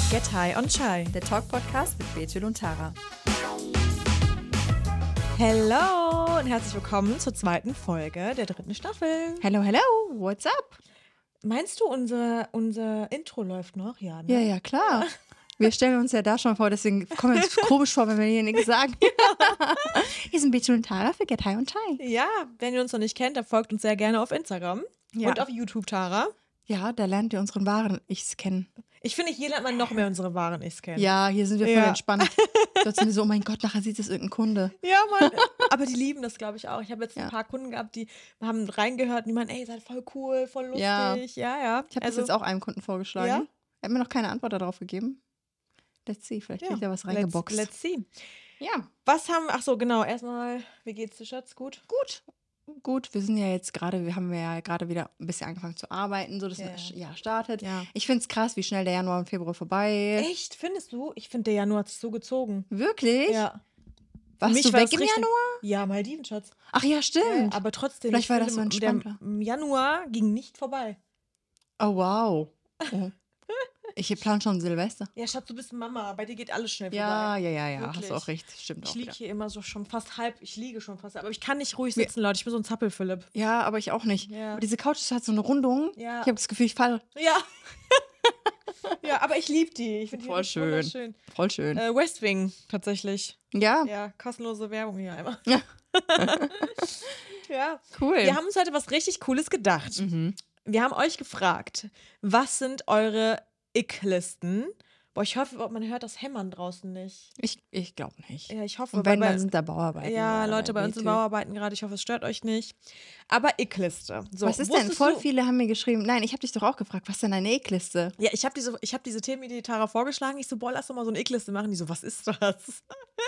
Get High on Chai, der Talk-Podcast mit Bethel und Tara. Hello und herzlich willkommen zur zweiten Folge der 3. Staffel. Hello, hello, what's up? Meinst du, unser Intro läuft noch? Ja, ne? Ja, klar. Wir stellen uns ja da schon vor, deswegen kommen wir uns komisch vor, wenn wir hier nichts sagen. Hier sind Bethel und Tara für Get High on Chai. Ja, wenn ihr uns noch nicht kennt, dann folgt uns sehr gerne auf Instagram und auf YouTube, Tara. Ja, da lernt ihr unseren wahren Ichs kennen. Ich finde, hier lernt man noch mehr unsere wahren Ichs kennen. Ja, hier sind wir voll entspannt. Dort sind wir so, oh mein Gott, nachher sieht es irgendein Kunde. Ja, Mann. Aber die lieben das, glaube ich, auch. Ich habe jetzt ein paar Kunden gehabt, die haben reingehört und die meinen, ey, ihr seid voll cool, voll lustig. Ja. Ich habe das jetzt auch einem Kunden vorgeschlagen. Ja? Er hat mir noch keine Antwort darauf gegeben. Let's see, vielleicht kriegt er was reingeboxt. Let's see. Ja. Ach so, genau. Erstmal, wie geht's dir, Schatz? Gut? Gut, wir sind ja jetzt gerade, wir haben ja gerade wieder ein bisschen angefangen zu arbeiten, so dass das Jahr startet. Ja. Ich finde es krass, wie schnell der Januar und Februar vorbei. Echt? Findest du? Ich finde, der Januar hat sich so gezogen. Wirklich? Ja. Warst du weg im Januar? Ja, Maldiven, Schatz. Ach ja, stimmt. Aber trotzdem. Vielleicht war das so entspannter. Der Januar ging nicht vorbei. Oh, wow. Oh. Ich plane schon Silvester. Ja, Schatz, du bist Mama. Bei dir geht alles schnell vorbei. Ja. Wirklich. Hast du auch recht. Stimmt auch. Ich liege hier immer so schon fast halb. Ich liege schon fast halb. Aber ich kann nicht ruhig sitzen, Leute. Ich bin so ein Zappel-Philipp. Ja, aber ich auch nicht. Ja. Aber diese Couch hat so eine Rundung. Ja. Ich habe das Gefühl, ich falle. Ja. Ja, aber ich liebe die. Ich finde die voll schön. Voll schön. West Wing, tatsächlich. Ja. Ja, kostenlose Werbung hier einmal. Ja. Ja. Cool. Wir haben uns heute was richtig Cooles gedacht. Mhm. Wir haben euch gefragt, was sind eure Ick-Listen? Boah, ich hoffe, man hört das Hämmern draußen nicht. Ich glaube nicht. Ja, ich hoffe. Und wenn, dann sind da Bauarbeiten. Ja, Leute, bei uns sind Bauarbeiten gerade. Ich hoffe, es stört euch nicht. Aber Ick-Liste. So, was ist denn? Voll viele haben mir geschrieben. Nein, ich habe dich doch auch gefragt, was ist denn eine Ick-Liste? Ja, ich hab diese Themenidee Tara vorgeschlagen. Ich so, boah, lass doch mal so eine Ick-Liste machen. Die so, was ist das?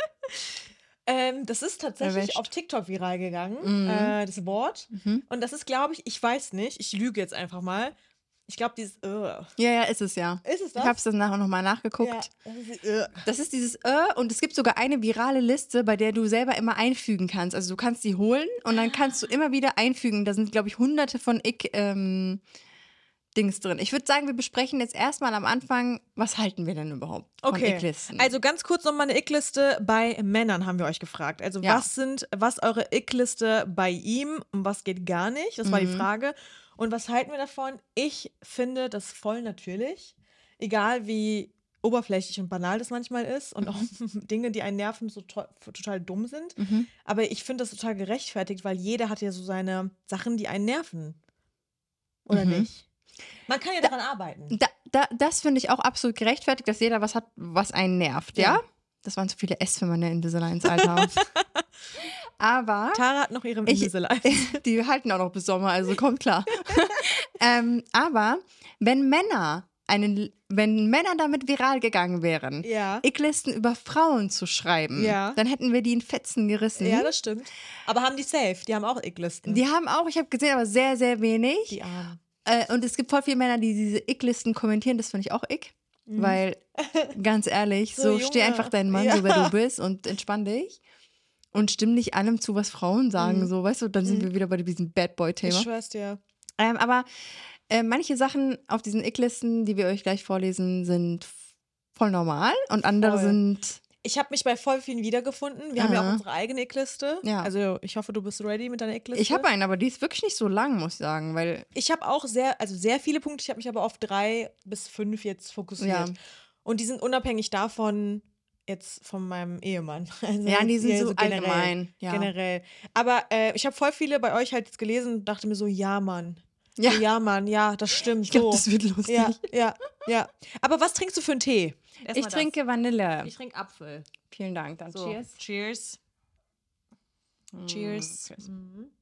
Das ist tatsächlich auf TikTok viral gegangen, das Wort. Mhm. Und das ist, glaube ich weiß nicht, ich lüge jetzt einfach mal. Ich glaube, dieses Ja, ist es ja. Ist es das? Ich habe es dann nachher nochmal nachgeguckt. Ja, das ist dieses und es gibt sogar eine virale Liste, bei der du selber immer einfügen kannst. Also du kannst die holen und dann kannst du immer wieder einfügen. Da sind, glaube ich, hunderte von Dings drin. Ich würde sagen, wir besprechen jetzt erstmal am Anfang, was halten wir denn überhaupt von Icklisten? Also ganz kurz nochmal eine Ickliste bei Männern haben wir euch gefragt. Also was eure Ickliste bei ihm und was geht gar nicht? Das war die Frage. Und was halten wir davon? Ich finde das voll natürlich. Egal wie oberflächlich und banal das manchmal ist und auch Dinge, die einen nerven, so total dumm sind. Mhm. Aber ich finde das total gerechtfertigt, weil jeder hat ja so seine Sachen, die einen nerven. Oder nicht? Man kann ja daran arbeiten. Das finde ich auch absolut gerechtfertigt, dass jeder was hat, was einen nervt, ja? Das waren zu viele S für meine Invisaligns-Alter. Aber Tara hat noch ihre Invisaligns. Die halten auch noch bis Sommer, also kommt klar. Aber wenn Männer damit viral gegangen wären, Icklisten über Frauen zu schreiben, dann hätten wir die in Fetzen gerissen. Ja, das stimmt. Aber haben die safe? Die haben auch Icklisten. Die haben auch, ich habe gesehen, aber sehr, sehr wenig. Die Armen. Und es gibt voll viele Männer, die diese Icklisten kommentieren. Das finde ich auch ick. Weil, ganz ehrlich, so steh einfach deinen Mann, so wer du bist und entspann dich. Und stimm nicht allem zu, was Frauen sagen. So, weißt du, dann sind wir wieder bei diesem Bad Boy-Thema. Ich schwör's dir. Aber manche Sachen auf diesen Icklisten, die wir euch gleich vorlesen, sind voll normal. Und andere sind... Ich habe mich bei voll vielen wiedergefunden. Wir haben ja auch unsere eigene Ickliste. Ja. Also ich hoffe, du bist ready mit deiner Ickliste. Ich habe einen, aber die ist wirklich nicht so lang, muss ich sagen. Weil ich habe auch sehr viele Punkte. Ich habe mich aber auf 3 bis 5 jetzt fokussiert. Ja. Und die sind unabhängig davon, jetzt von meinem Ehemann. Also ja, die sind so allgemein. Generell. Aber ich habe voll viele bei euch halt jetzt gelesen und dachte mir so, ja, Mann. Ja, Mann, ja, das stimmt. Ich glaube, das wird lustig. Ja. Aber was trinkst du für einen Tee? Ich trinke Vanille. Ich trinke Apfel. Vielen Dank. Dann so. Cheers. Cheers. Okay.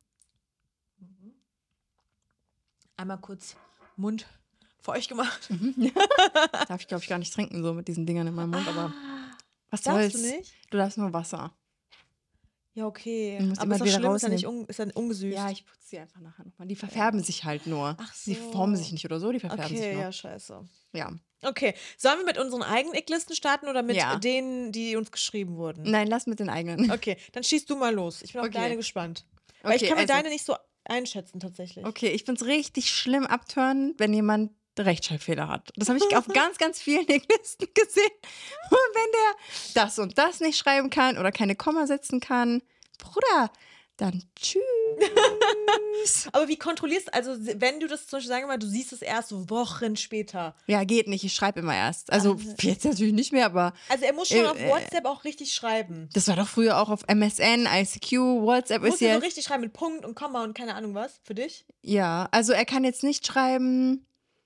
Einmal kurz Mund für euch gemacht. Darf ich, glaube ich, gar nicht trinken, so mit diesen Dingern in meinem Mund. Aber was soll's? Darfst du nicht? Du darfst nur Wasser. Ja, okay. Aber ist das schlimm? Ist ja nicht ungesüßt? Ja, ich putze die einfach nachher nochmal. Die verfärben sich halt nur. Ach so. Die formen sich nicht oder so, die verfärben sich nur. Okay, ja, scheiße. Ja. Okay, sollen wir mit unseren eigenen Icklisten starten oder mit denen, die uns geschrieben wurden? Nein, lass mit den eigenen. Okay, dann schießt du mal los. Ich bin auf deine gespannt. Weil ich kann mir deine nicht so einschätzen tatsächlich. Okay, ich find's richtig schlimm abtören, wenn jemand Rechtschreibfehler hat. Das habe ich auf ganz, ganz vielen Listen gesehen. Und wenn der das und das nicht schreiben kann oder keine Komma setzen kann, Bruder, dann tschüss. Aber wie kontrollierst du, also wenn du das zum Beispiel, sagen wir mal, du siehst es erst so Wochen später. Ja, geht nicht, ich schreibe immer erst. Also jetzt natürlich nicht mehr, aber... Also er muss schon auf WhatsApp auch richtig schreiben. Das war doch früher auch auf MSN, ICQ, WhatsApp ist ja... ja... so richtig schreiben mit Punkt und Komma und keine Ahnung was, für dich? Ja, also er kann jetzt nicht schreiben...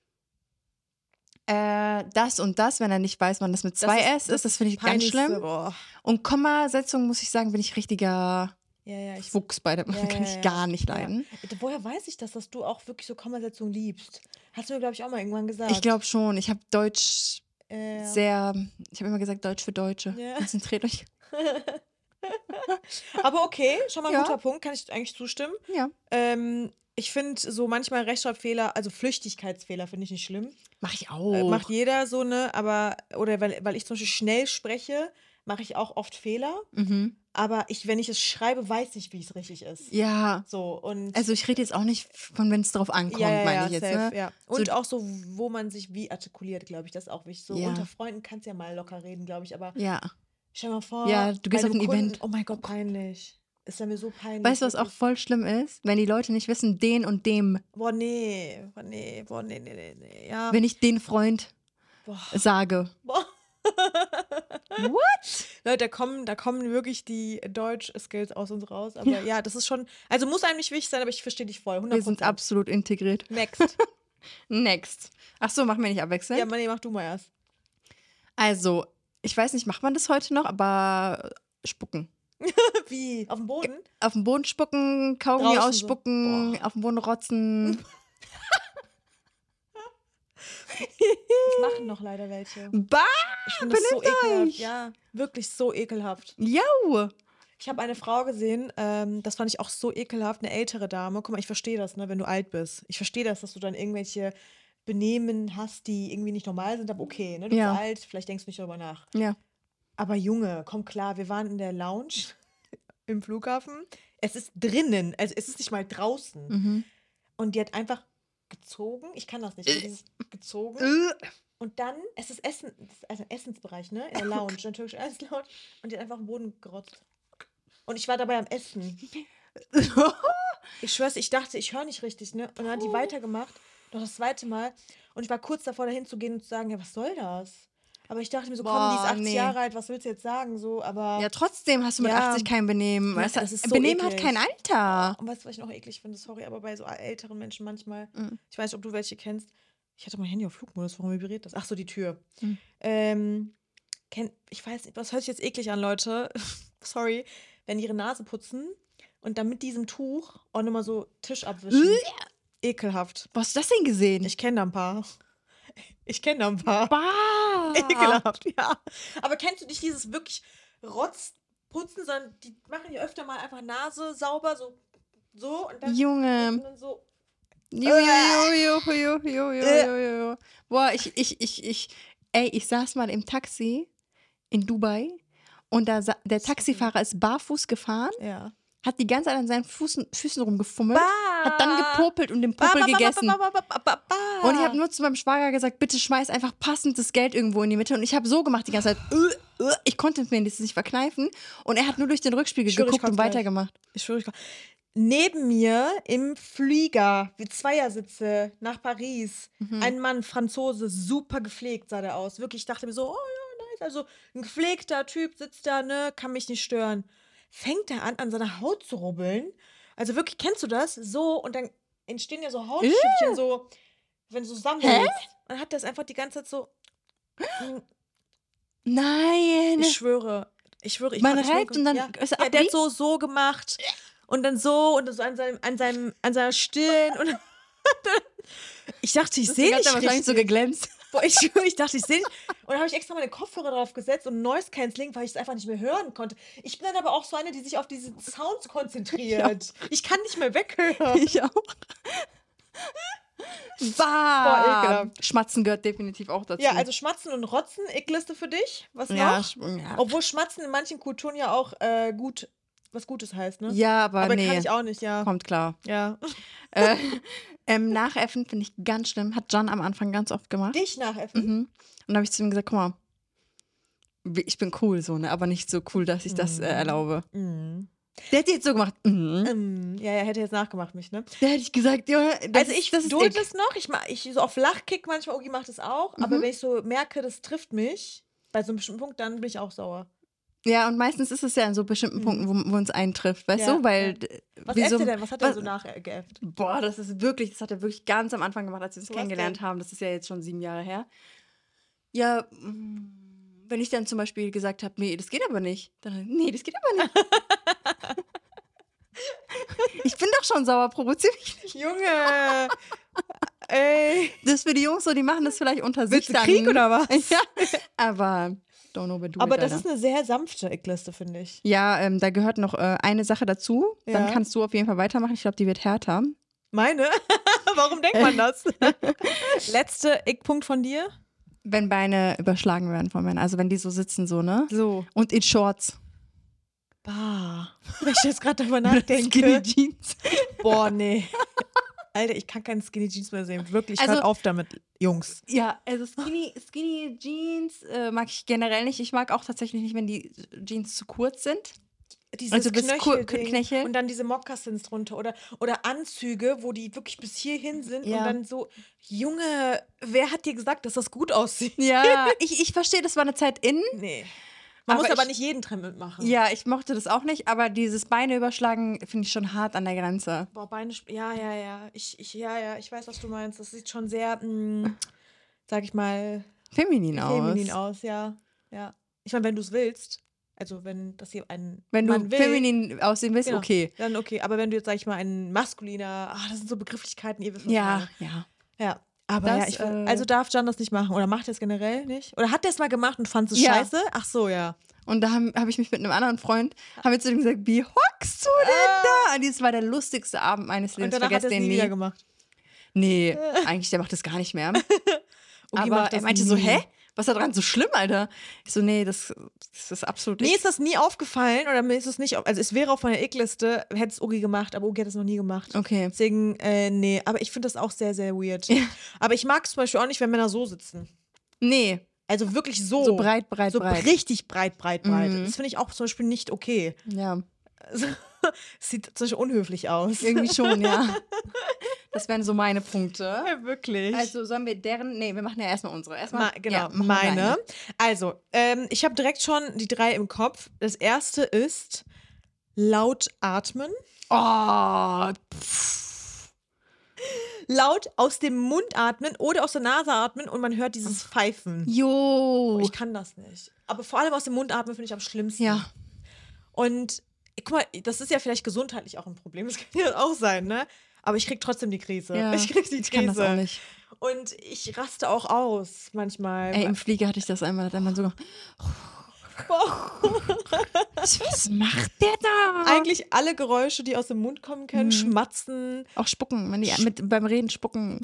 das und das, wenn er nicht weiß, wann das mit 2 S ist, das finde ich ganz schlimm. Boah. Und Kommasetzung, muss ich sagen, bin ich richtiger Fuchs bei, da kann ich gar nicht leiden. Ja. Woher weiß ich das, dass du auch wirklich so Kommasetzung liebst? Hast du mir, glaube ich, auch mal irgendwann gesagt. Ich glaube schon, ich habe Deutsch ich habe immer gesagt, Deutsch für Deutsche. Konzentriert euch. Aber okay, schon mal ein guter Punkt, kann ich eigentlich zustimmen. Ja. Ich finde so manchmal Rechtschreibfehler, also Flüchtigkeitsfehler finde ich nicht schlimm. Mach ich auch. Macht jeder so, ne? Aber, oder weil ich zum Beispiel schnell spreche, mache ich auch oft Fehler. Mhm. Aber wenn ich es schreibe, weiß ich, wie es richtig ist. Ja. So, und also ich rede jetzt auch nicht von, wenn es drauf ankommt, meine ich jetzt. Safe, ne? Ja. Und so, auch so, wo man sich wie artikuliert, glaube ich, das ist auch wichtig. So unter Freunden kannst du ja mal locker reden, glaube ich. Aber stell mal vor, du gehst auf ein Event. Oh mein Gott, peinlich. Ist ja mir so peinlich. Weißt du, was auch voll schlimm ist? Wenn die Leute nicht wissen, den und dem. Boah, nee. Ja. Wenn ich den Freund sage. Boah. What? Leute, da kommen wirklich die Deutsch-Skills aus uns raus. Aber ja, das ist schon, also muss einem nicht wichtig sein, aber ich verstehe dich voll. 100%. Wir sind absolut integriert. Next. Ach so, machen wir nicht abwechselnd? Ja, nee, mach du mal erst. Also, ich weiß nicht, macht man das heute noch, aber spucken. Wie? Auf dem Boden? Auf dem Boden spucken, Kaugummi ausspucken, auf dem Boden rotzen. Das machen noch leider welche. Bah! Ich finde das so ekelhaft. Ja, wirklich so ekelhaft. Jau! Ich habe eine Frau gesehen, das fand ich auch so ekelhaft, eine ältere Dame. Guck mal, ich verstehe das, ne, wenn du alt bist. Ich verstehe das, dass du dann irgendwelche Benehmen hast, die irgendwie nicht normal sind, aber okay, ne? Du bist alt, vielleicht denkst du nicht darüber nach. Ja. Aber Junge, komm klar, wir waren in der Lounge im Flughafen. Es ist drinnen, also es ist nicht mal draußen. Mhm. Und die hat einfach gezogen, ich kann das nicht, dieses gezogen. Und dann, es ist Essen, also Essensbereich, ne? In der Lounge, in der türkischen Essenslounge. Und die hat einfach auf den Boden gerotzt. Und ich war dabei am Essen. Ich schwör's, ich dachte, ich höre nicht richtig, ne? Und dann hat die weitergemacht, noch das zweite Mal. Und ich war kurz davor, dahin zu gehen und zu sagen, ja, was soll das? Aber ich dachte mir so, komm, die ist 80 Jahre alt, was willst du jetzt sagen? So, aber ja, trotzdem hast du mit 80 kein Benehmen. Ja, das ist so Benehmen eklig. hat kein Alter. Und weißt du, was ich noch eklig finde? Sorry, aber bei so älteren Menschen manchmal, ich weiß nicht, ob du welche kennst. Ich hatte mein Handy auf Flugmodus, warum vibriert das? Ach so, die Tür. Ich weiß nicht, was hört sich jetzt eklig an, Leute? Sorry. Wenn die ihre Nase putzen und dann mit diesem Tuch auch nochmal so Tisch abwischen. Ekelhaft. Was hast du das denn gesehen? Ich kenne da ein paar. Bah. Ekelhaft, ja. Aber kennst du nicht dieses wirklich Rotzputzen, sondern die machen ja öfter mal einfach Nase sauber, so und dann, Junge. Und dann so. Jo. Boah, ich saß mal im Taxi in Dubai und der Taxifahrer ist barfuß gefahren, hat die ganze Zeit an seinen Füßen rumgefummelt, hat dann gepopelt und den Popel gegessen. Und ich habe nur zu meinem Schwager gesagt, bitte schmeiß einfach passend das Geld irgendwo in die Mitte. Und ich habe so gemacht die ganze Zeit. Ich konnte mir das nicht verkneifen. Und er hat nur durch den Rückspiegel geguckt und weitergemacht. Ich schwöre, neben mir im Flieger, wie Zweiersitze nach Paris, ein Mann, Franzose, super gepflegt sah der aus. Wirklich, ich dachte mir so, oh ja, nice. Also ein gepflegter Typ sitzt da, ne, kann mich nicht stören. Fängt er an seiner Haut zu rubbeln. Also wirklich, kennst du das? So, und dann entstehen ja so Hautstückchen, so, wenn du so sammelst. Und hat das einfach die ganze Zeit so. Nein. Ich schwöre. Man reibt und dann ist er der hat so gemacht. Und dann so an seiner Stirn. Und ich dachte, ich sehe nicht richtig. Wahrscheinlich so geglänzt. Boah, ich dachte, ich sehe nicht. Und dann habe ich extra meine Kopfhörer drauf gesetzt und Noise Cancelling, weil ich es einfach nicht mehr hören konnte. Ich bin dann aber auch so eine, die sich auf diese Sounds konzentriert. Ich kann nicht mehr weghören. Ich auch. Boah, ekelhaft. Schmatzen gehört definitiv auch dazu. Ja, also Schmatzen und Rotzen, Eckliste für dich? Was noch? Ja. Obwohl Schmatzen in manchen Kulturen ja auch gut was Gutes heißt, ne? Ja, aber nee. kann ich auch nicht, ja. Kommt klar. Ja. Nachäffen finde ich ganz schlimm. Hat John am Anfang ganz oft gemacht. Dich nachäffen? Und dann habe ich zu ihm gesagt, guck mal, ich bin cool so, ne? Aber nicht so cool, dass ich das erlaube. Der hätte jetzt so gemacht. Ja, er hätte jetzt nachgemacht mich, ne? Da hätte ich gesagt, ja, ich dulde es noch. Ich so auf Lachkick manchmal, Ogi macht es auch. Aber wenn ich so merke, das trifft mich, bei so einem bestimmten Punkt, dann bin ich auch sauer. Ja, und meistens ist es ja an so bestimmten Punkten, wo uns eintrifft, weißt du? Weil was äfft er denn? Was hat er so nachgeäfft? Boah, das hat er wirklich ganz am Anfang gemacht, als wir uns kennengelernt haben. Das ist ja jetzt schon 7 Jahre her. Ja, wenn ich dann zum Beispiel gesagt habe, nee, das geht aber nicht. Dann, nee, das geht aber nicht. Ich bin doch schon sauer, provoziere mich nicht. Junge! Ey. Das ist für die Jungs so, die machen das vielleicht unter sich. Willst du Krieg oder was? Ja, aber don't know, do aber it, das ist eine sehr sanfte Ickliste, finde ich. Ja, da gehört noch eine Sache dazu. Ja. Dann kannst du auf jeden Fall weitermachen. Ich glaube, die wird härter. Meine? Warum denkt man das? Letzte Ick-Punkt von dir? Wenn Beine überschlagen werden von Männern. Also wenn die so sitzen, so, ne? So. Und in Shorts. Bah. Wenn ich jetzt gerade darüber nachdenke. Skinny Jeans. Boah, nee. Alter, ich kann keine Skinny Jeans mehr sehen. Wirklich, hört auf damit, Jungs. Ja, also Skinny Jeans mag ich generell nicht. Ich mag auch tatsächlich nicht, wenn die Jeans zu kurz sind. Dieses Knöchel. Und dann diese Mokassins drunter. Oder Anzüge, wo die wirklich bis hierhin sind. Ja. Und dann so, Junge, wer hat dir gesagt, dass das gut aussieht? Ja, ich verstehe, das war eine Zeit in. Nee. Man muss aber nicht jeden Trend mitmachen. Ja, ich mochte das auch nicht, aber dieses Beine überschlagen finde ich schon hart an der Grenze. Boah, Beine, ja. Ich weiß, was du meinst. Das sieht schon sehr, sag ich mal, feminin aus, ja. Ich meine, wenn du es willst, also wenn das hier wenn du feminin aussehen willst, genau, okay. Dann okay, aber wenn du jetzt, sag ich mal, ein maskuliner, das sind so Begrifflichkeiten, ihr wisst was ja. Aber das, also darf John das nicht machen oder macht er es generell nicht? Oder hat er es mal gemacht und fand es scheiße? Ach so, ja. Und da hab ich mich mit einem anderen Freund, haben wir zu dem gesagt, wie hockst du denn da? Und das war der lustigste Abend meines Lebens. Und danach hat er es nie wieder gemacht? Nee, eigentlich, der macht das gar nicht mehr. Aber er meinte so, hä? Was ist da dran so schlimm, Alter? Ich so, nee, das ist absolut nicht. Mir ist das nie aufgefallen oder mir ist es nicht, also es wäre auf meiner Ick-Liste, hätte es Ogi gemacht, aber Ogi hat es noch nie gemacht. Okay. Deswegen, nee, aber ich finde das auch sehr, sehr weird. Ja. Aber ich mag es zum Beispiel auch nicht, wenn Männer so sitzen. Nee. Also wirklich so. So breit. So richtig breit. Das finde ich auch zum Beispiel nicht okay. Ja. Also, sieht zum Beispiel unhöflich aus. Irgendwie schon, ja. Das wären so meine Punkte. Ja, wirklich. Also sollen wir wir machen ja erstmal unsere. Genau, meine. Also, ich habe direkt schon die 3 im Kopf. Das erste ist laut atmen. Oh, Laut aus dem Mund atmen oder aus der Nase atmen und man hört dieses Pfeifen. Jo. Ich kann das nicht. Aber vor allem aus dem Mund atmen finde ich am schlimmsten. Ja. Und guck mal, das ist ja vielleicht gesundheitlich auch ein Problem. Das kann ja auch sein, ne? Aber ich krieg trotzdem die Krise. Ja, ich krieg die Krise. Ich kann das auch nicht. Und ich raste auch aus manchmal. Ey, im Flieger hatte ich das einmal, da hat man so was macht der da? Eigentlich alle Geräusche, die aus dem Mund kommen können, schmatzen. Auch spucken, wenn die beim Reden spucken.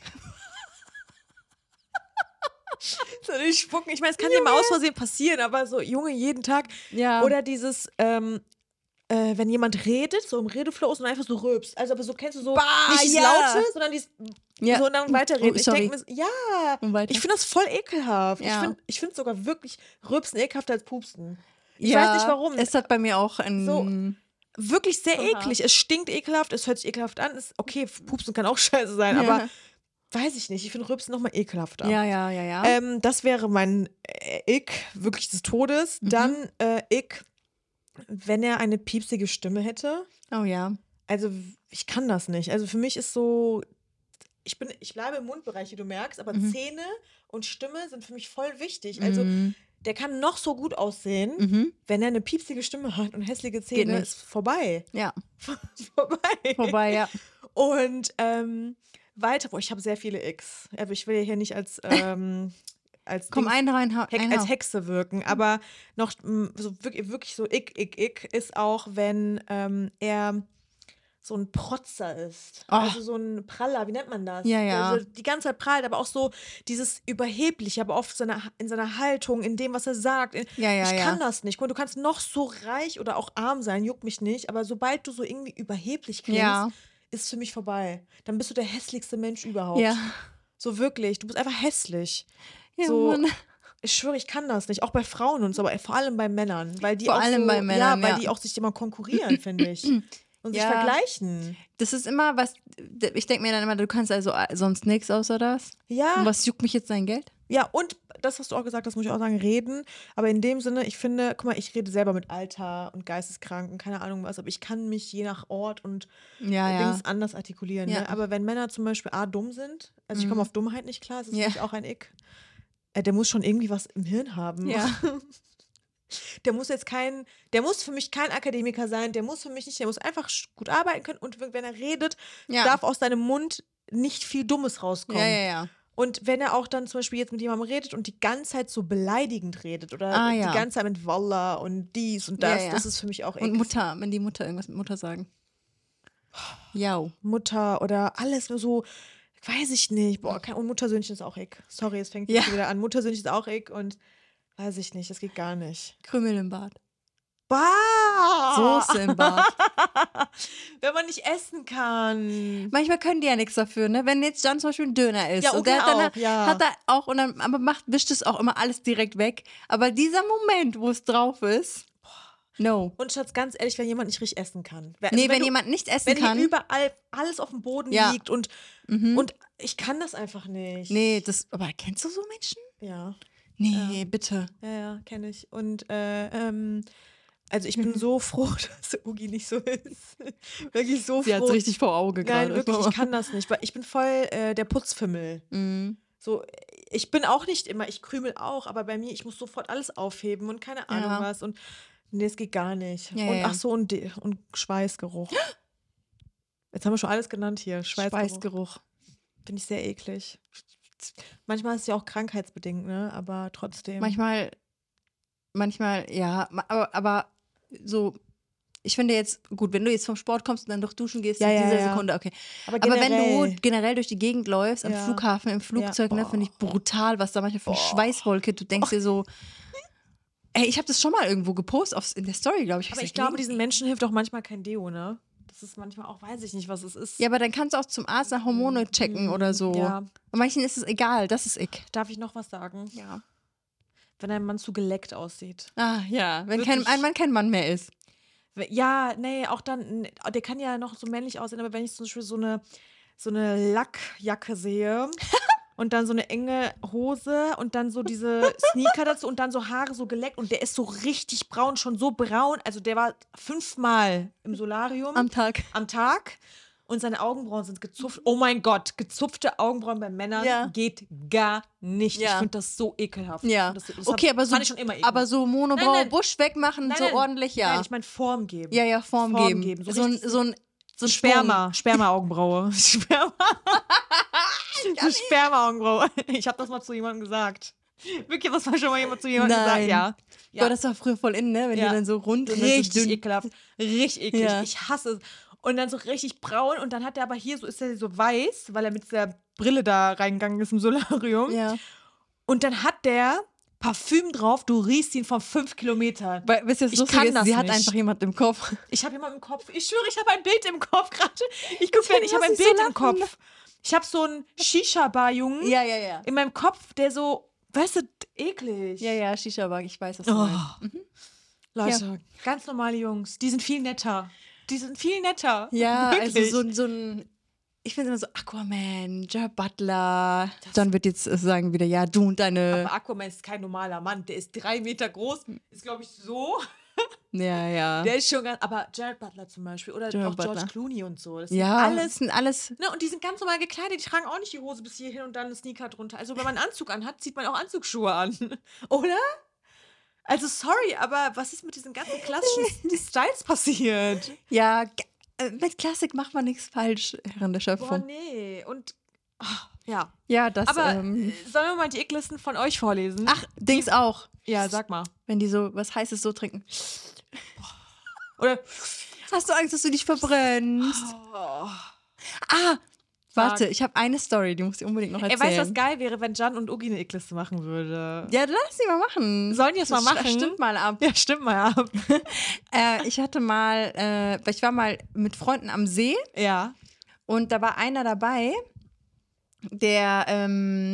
So nicht spucken. Ich meine, es kann ja mal aus Versehen passieren, aber so, Junge, jeden Tag. Ja. Oder dieses, wenn jemand redet, so im Redeflow ist und einfach so rülpst. Also, aber so kennst du so nicht dieses Laute, sondern dieses so und dann weiterreden. Ich denke mir, ich finde das voll ekelhaft. Ja. Ich finde sogar wirklich Rülpsen ekelhafter als Pupsen. Ich weiß nicht warum. Es hat bei mir auch so wirklich sehr eklig. Es stinkt ekelhaft, es hört sich ekelhaft an. Okay, Pupsen kann auch scheiße sein, aber weiß ich nicht. Ich finde Rülpsen nochmal ekelhafter. Ja. Das wäre mein Ick, wirklich des Todes. Dann Ick, wenn er eine piepsige Stimme hätte. Oh ja. Also ich kann das nicht. Also für mich ist so, ich bleibe im Mundbereich, wie du merkst, aber Zähne und Stimme sind für mich voll wichtig. Also der kann noch so gut aussehen, wenn er eine piepsige Stimme hat und hässliche Zähne, ist vorbei. Ja. Vorbei, ja. Und weiter, ich habe sehr viele Icks. Aber ich will ja hier nicht als als Hexe wirken, aber noch so wirklich so Ick ist auch, wenn er so ein Protzer ist. Oh. Also so ein Praller, wie nennt man das? Ja, ja. Also die ganze Zeit prallt, aber auch so dieses Überhebliche, aber oft in seiner Haltung, in dem, was er sagt. Ja, Ich kann das nicht. Du kannst noch so reich oder auch arm sein, juckt mich nicht, aber sobald du so irgendwie überheblich klingst, ist es für mich vorbei. Dann bist du der hässlichste Mensch überhaupt. Ja. So wirklich, du bist einfach hässlich. Ja, so, Mann. ich schwöre, ich kann das nicht. Auch bei Frauen und so, aber vor allem bei Männern. Weil die Vor auch allem so, bei Männern, weil ja. die auch sich immer konkurrieren, finde ich. Und sich Ja. vergleichen. Das ist immer was, ich denke mir dann immer, du kannst also sonst nichts außer das. Ja. Und was juckt mich jetzt dein Geld? Ja, und das hast du auch gesagt, das muss ich auch sagen, reden. Aber in dem Sinne, ich finde, guck mal, ich rede selber mit Alter und Geisteskrank und keine Ahnung was, aber ich kann mich je nach Ort und Dings anders artikulieren. Ja. Ne? Aber wenn Männer zum Beispiel dumm sind, also ich komme auf Dummheit nicht klar, das ist nämlich auch ein Ick. Der muss schon irgendwie was im Hirn haben. Ja. Der muss für mich kein Akademiker sein, der muss einfach gut arbeiten können und wenn er redet, darf aus seinem Mund nicht viel Dummes rauskommen. Ja. Und wenn er auch dann zum Beispiel jetzt mit jemandem redet und die ganze Zeit so beleidigend redet oder die ganze Zeit mit Wallah und dies und das, das ist für mich auch Und Mutter, wenn die Mutter irgendwas mit Mutter sagen. Ja. Mutter oder alles nur so, weiß ich nicht. Boah, und Muttersöhnchen ist auch ick. Sorry, es fängt jetzt wieder an. Muttersöhnchen ist auch ick und weiß ich nicht, das geht gar nicht. Krümel im Bad. Bah! Soße im Bad. Wenn man nicht essen kann. Manchmal können die ja nichts dafür, ne? Wenn jetzt John zum Beispiel ein Döner isst und der hat er auch und dann wischt es auch immer alles direkt weg. Aber dieser Moment, wo es drauf ist, no. Und Schatz, ganz ehrlich, wenn jemand nicht richtig essen kann. Also wenn jemand nicht essen kann. Wenn hier überall alles auf dem Boden liegt und ich kann das einfach nicht. Nee, aber kennst du so Menschen? Ja. Nee, bitte. Ja, kenne ich. Und also ich bin so froh, dass Ugi nicht so ist. Wirklich so froh. Sie hat es richtig vor Augen gerade. Nein, wirklich, ich kann das nicht. Weil ich bin voll der Putzfimmel. So, ich bin auch nicht immer, ich krümel auch, aber bei mir, ich muss sofort alles aufheben und keine Ahnung was. Und nee, es geht gar nicht. Ja, und ach so, und Schweißgeruch. Jetzt haben wir schon alles genannt hier. Schweißgeruch. Finde ich sehr eklig. Manchmal ist es ja auch krankheitsbedingt, ne? Aber trotzdem. Manchmal, ja. Aber so, ich finde jetzt, gut, wenn du jetzt vom Sport kommst und dann durch Duschen gehst, in dieser Sekunde, okay. Aber wenn du generell durch die Gegend läufst, am Flughafen, im Flugzeug, ne, finde ich brutal, was da manchmal für eine Schweißwolke, du denkst dir so, ey, ich habe das schon mal irgendwo gepostet, in der Story, glaube ich. Aber ich glaube, diesen Menschen hilft auch manchmal kein Deo, ne? Das ist manchmal auch, weiß ich nicht, was es ist. Ja, aber dann kannst du auch zum Arzt nach Hormone checken oder so. Ja. Bei manchen ist es egal, das ist ick. Darf ich noch was sagen? Ja. Wenn ein Mann zu geleckt aussieht. Ah, ja, wenn ein Mann kein Mann mehr ist. Ja, nee, auch dann, der kann ja noch so männlich aussehen, aber wenn ich zum Beispiel so eine Lackjacke sehe und dann so eine enge Hose und dann so diese Sneaker dazu und dann so Haare so geleckt und der ist so richtig braun, schon so braun, also der war 5-mal im Solarium. Am Tag. Und seine Augenbrauen sind gezupft. Oh mein Gott, gezupfte Augenbrauen bei Männern geht gar nicht. Ich finde das so ekelhaft. Ja. Das okay, aber fand ich schon immer ekelhaft. Aber so Monobraue, Busch wegmachen, so ordentlich, ja. Nein, ich meine Form geben. Ja, Form geben. So ein Sperma-Augenbraue. Sperma-Augenbraue. Ich habe das mal zu jemandem gesagt. Wirklich, das war schon mal jemand zu jemandem gesagt. Ja. Boah, das war früher voll in, ne? Wenn die dann so rund und richtig so ekelhaft. Richtig eklig. Ja. Ich hasse es. Und dann so richtig braun und dann hat er aber hier ist er so weiß, weil er mit der Brille da reingegangen ist im Solarium. Ja. Und dann hat der Parfüm drauf, du riechst ihn von 5 Kilometern. Wisst ihr, das Lustige ist, sie hat einfach jemand im Kopf. Ich habe jemanden im Kopf. Ich schwöre, ich habe ein Bild im Kopf gerade. Ich habe ein Bild im Kopf. Ich habe so einen Shisha-Bar-Jungen in meinem Kopf, der so, weißt du, eklig. Ja, Shisha-Bar, ich weiß, was du meinst. Leute, ganz normale Jungs, die sind viel netter. Ja, wirklich. also so ein, ich finde immer so Aquaman, Gerard Butler. Dann wird jetzt sagen wieder, ja, du und deine. Aber Aquaman ist kein normaler Mann, der ist 3 Meter groß, ist glaube ich so. Ja. Der ist schon ganz, aber Gerard Butler zum Beispiel oder auch George Clooney und so. Das sind alles. Ne, und die sind ganz normal gekleidet, die tragen auch nicht die Hose bis hierhin und dann eine Sneaker drunter. Also wenn man einen Anzug anhat, zieht man auch Anzugsschuhe an, oder? Also sorry, aber was ist mit diesen ganzen klassischen Styles passiert? Ja, mit Klassik macht man nichts falsch, Herren der Schöpfung. Boah, nee. Und, ja. Ja, das, aber sollen wir mal die Icklisten von euch vorlesen? Ach, Dings auch. Ja, sag mal. Wenn die so was Heißes so trinken. Oder, Hast du Angst, dass du dich verbrennst? Oh. Warte, ich habe eine Story, die muss ich unbedingt noch erzählen. Weißt du, was geil wäre, wenn Can und Ugi eine Ickliste machen würde? Ja, lass sie mal machen. Sollen die das mal machen? Stimmt mal ab. Ja, stimmt mal ab. Ich war mal mit Freunden am See. Ja. Und da war einer dabei, der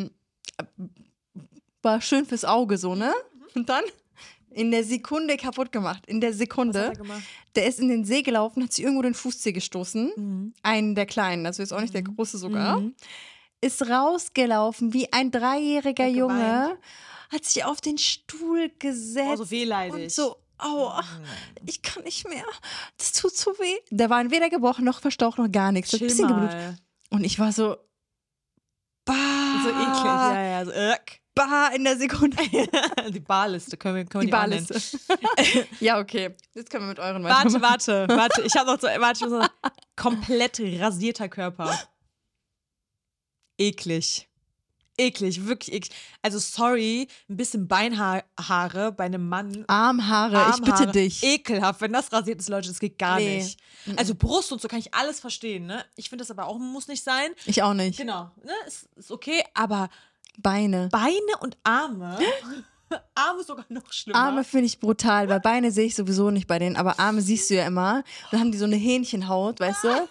war schön fürs Auge so, ne? Und dann in der Sekunde kaputt gemacht. In der Sekunde. Was hat er gemacht? Der ist in den See gelaufen, hat sich irgendwo den Fußzeh gestoßen. Einen der Kleinen, also ist auch nicht der Große sogar. Ist rausgelaufen wie ein 3-jähriger Junge. Hat sich auf den Stuhl gesetzt. Oh, so wehleidig. Und so, aua, ich kann nicht mehr. Das tut so weh. Der war weder gebrochen, noch verstaucht, noch gar nichts. Ein bisschen geblutet. Und ich war so, so eklig. Ja, so, in der Sekunde. Die Barliste, können wir die Barliste. Ja, okay. Jetzt können wir mit euren weitermachen. Warte. Ich habe noch so komplett rasierter Körper. Eklig, wirklich eklig. Also sorry, ein bisschen Beinhaare bei einem Mann. Armhaare, ich bitte dich. Ekelhaft, wenn das rasiert ist, Leute, das geht gar nicht. Also Brust und so kann ich alles verstehen, ne? Ich finde das aber auch, muss nicht sein. Ich auch nicht. Genau, ne? Ist okay, aber Beine und Arme. Arme sogar noch schlimmer. Arme finde ich brutal, weil Beine sehe ich sowieso nicht bei denen, aber Arme siehst du ja immer. Dann haben die so eine Hähnchenhaut, weißt du?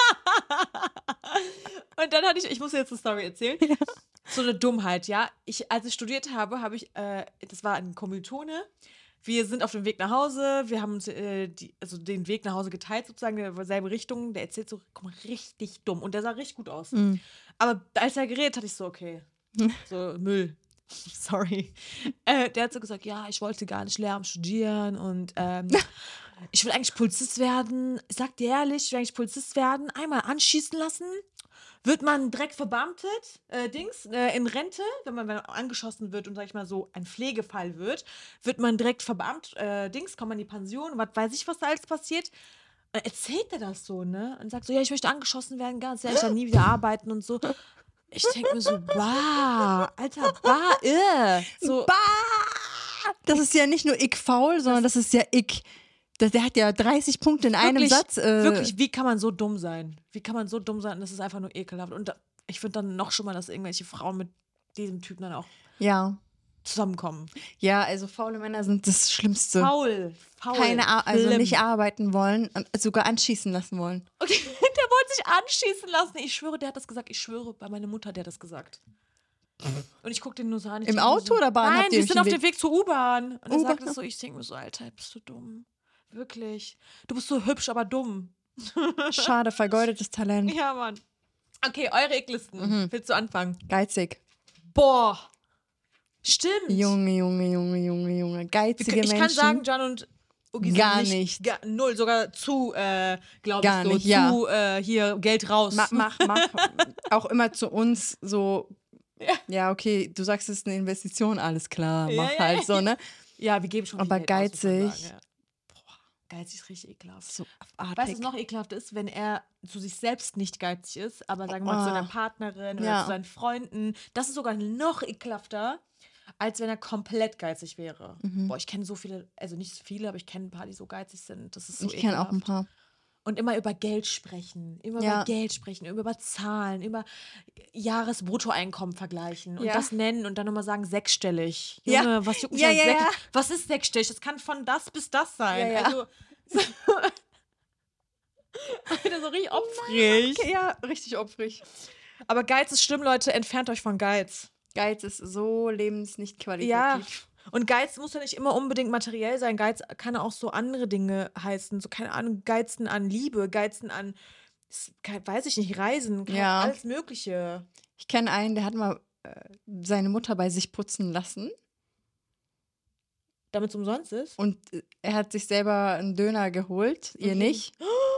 Und dann hatte ich muss jetzt eine Story erzählen. Ja. So eine Dummheit, ja. Als ich studiert habe, das war ein Kommilitone. Wir sind auf dem Weg nach Hause, wir haben uns den Weg nach Hause geteilt, sozusagen, in dieselbe Richtung. Der erzählt so, guck mal, richtig dumm. Und der sah richtig gut aus. Aber als er geredet hat, ich so, okay, so Müll. Sorry. Der hat so gesagt, ja, ich wollte gar nicht Lehramt studieren und ich will eigentlich Polizist werden. Ich sag dir ehrlich, ich will eigentlich Polizist werden. Einmal anschießen lassen. Wird man direkt verbeamtet, in Rente, wenn man angeschossen wird und, sag ich mal, so ein Pflegefall wird man direkt verbeamtet, kommt man in die Pension, was weiß ich, was da alles passiert. Erzählt er das so, ne? Und sagt so, ja, ich möchte angeschossen werden, ganz ehrlich, dann nie wieder arbeiten und so. Ich denke mir so, Alter, so. Das ist ja nicht nur ich faul, sondern das ist ja ich. Der hat ja 30 Punkte in einem Satz. Wirklich, wie kann man so dumm sein? Wie kann man so dumm sein? Das ist einfach nur ekelhaft. Und ich finde dann noch schon mal, dass irgendwelche Frauen mit diesem Typen dann auch zusammenkommen. Ja, also faule Männer sind das Schlimmste. Faul. Also nicht arbeiten wollen und sogar anschießen lassen wollen. Okay, der wollte sich anschießen lassen. Ich schwöre, der hat das gesagt. Ich schwöre, bei meiner Mutter, der hat das gesagt. Und ich gucke den nur so an. Im Auto oder Bahn? Nein, die sind auf dem Weg zur U-Bahn. Und er sagt das so, ich denke mir so, Alter, bist du dumm. Wirklich. Du bist so hübsch, aber dumm. Schade, vergeudetes Talent. Ja, Mann. Okay, eure Icklisten. Willst du anfangen? Geizig. Boah. Stimmt. Junge. Geizige Menschen. Ich kann sagen, Can und Ugi gar sind nicht. Null, sogar zu, glaube ich, so. Nicht, ja. Zu, hier, Geld raus. Mach. Auch immer zu uns so, ja, okay, du sagst, es ist eine Investition, alles klar, mach halt so, ne? Ja, wir geben schon aber Geld geizig. Aus, ja. Geizig ist richtig ekelhaft. So weißt du, was noch ekelhaft ist, wenn er zu sich selbst nicht geizig ist, aber sagen wir mal zu seiner Partnerin oder zu seinen Freunden. Das ist sogar noch ekelhafter, als wenn er komplett geizig wäre. Boah, ich kenne so viele, also nicht so viele, aber ich kenne ein paar, die so geizig sind. Das ist so ich kenne auch ein paar. Und immer über Geld sprechen, über Zahlen, über Jahresbruttoeinkommen vergleichen und das nennen und dann nochmal sagen, sechsstellig. Junge, was juckt mich was ist sechsstellig? Das kann von das bis das sein. Also, Alter, so richtig opfrig. Okay, ja, richtig opfrig. Aber Geiz ist schlimm, Leute, entfernt euch von Geiz. Geiz ist so lebensnicht qualitativ. Ja. Und Geiz muss ja nicht immer unbedingt materiell sein. Geiz kann auch so andere Dinge heißen. So, keine Ahnung, Geizen an Liebe, Geizen an, weiß ich nicht, Reisen, alles Mögliche. Ich kenne einen, der hat mal seine Mutter bei sich putzen lassen. Damit es umsonst ist? Und er hat sich selber einen Döner geholt, ihr nicht.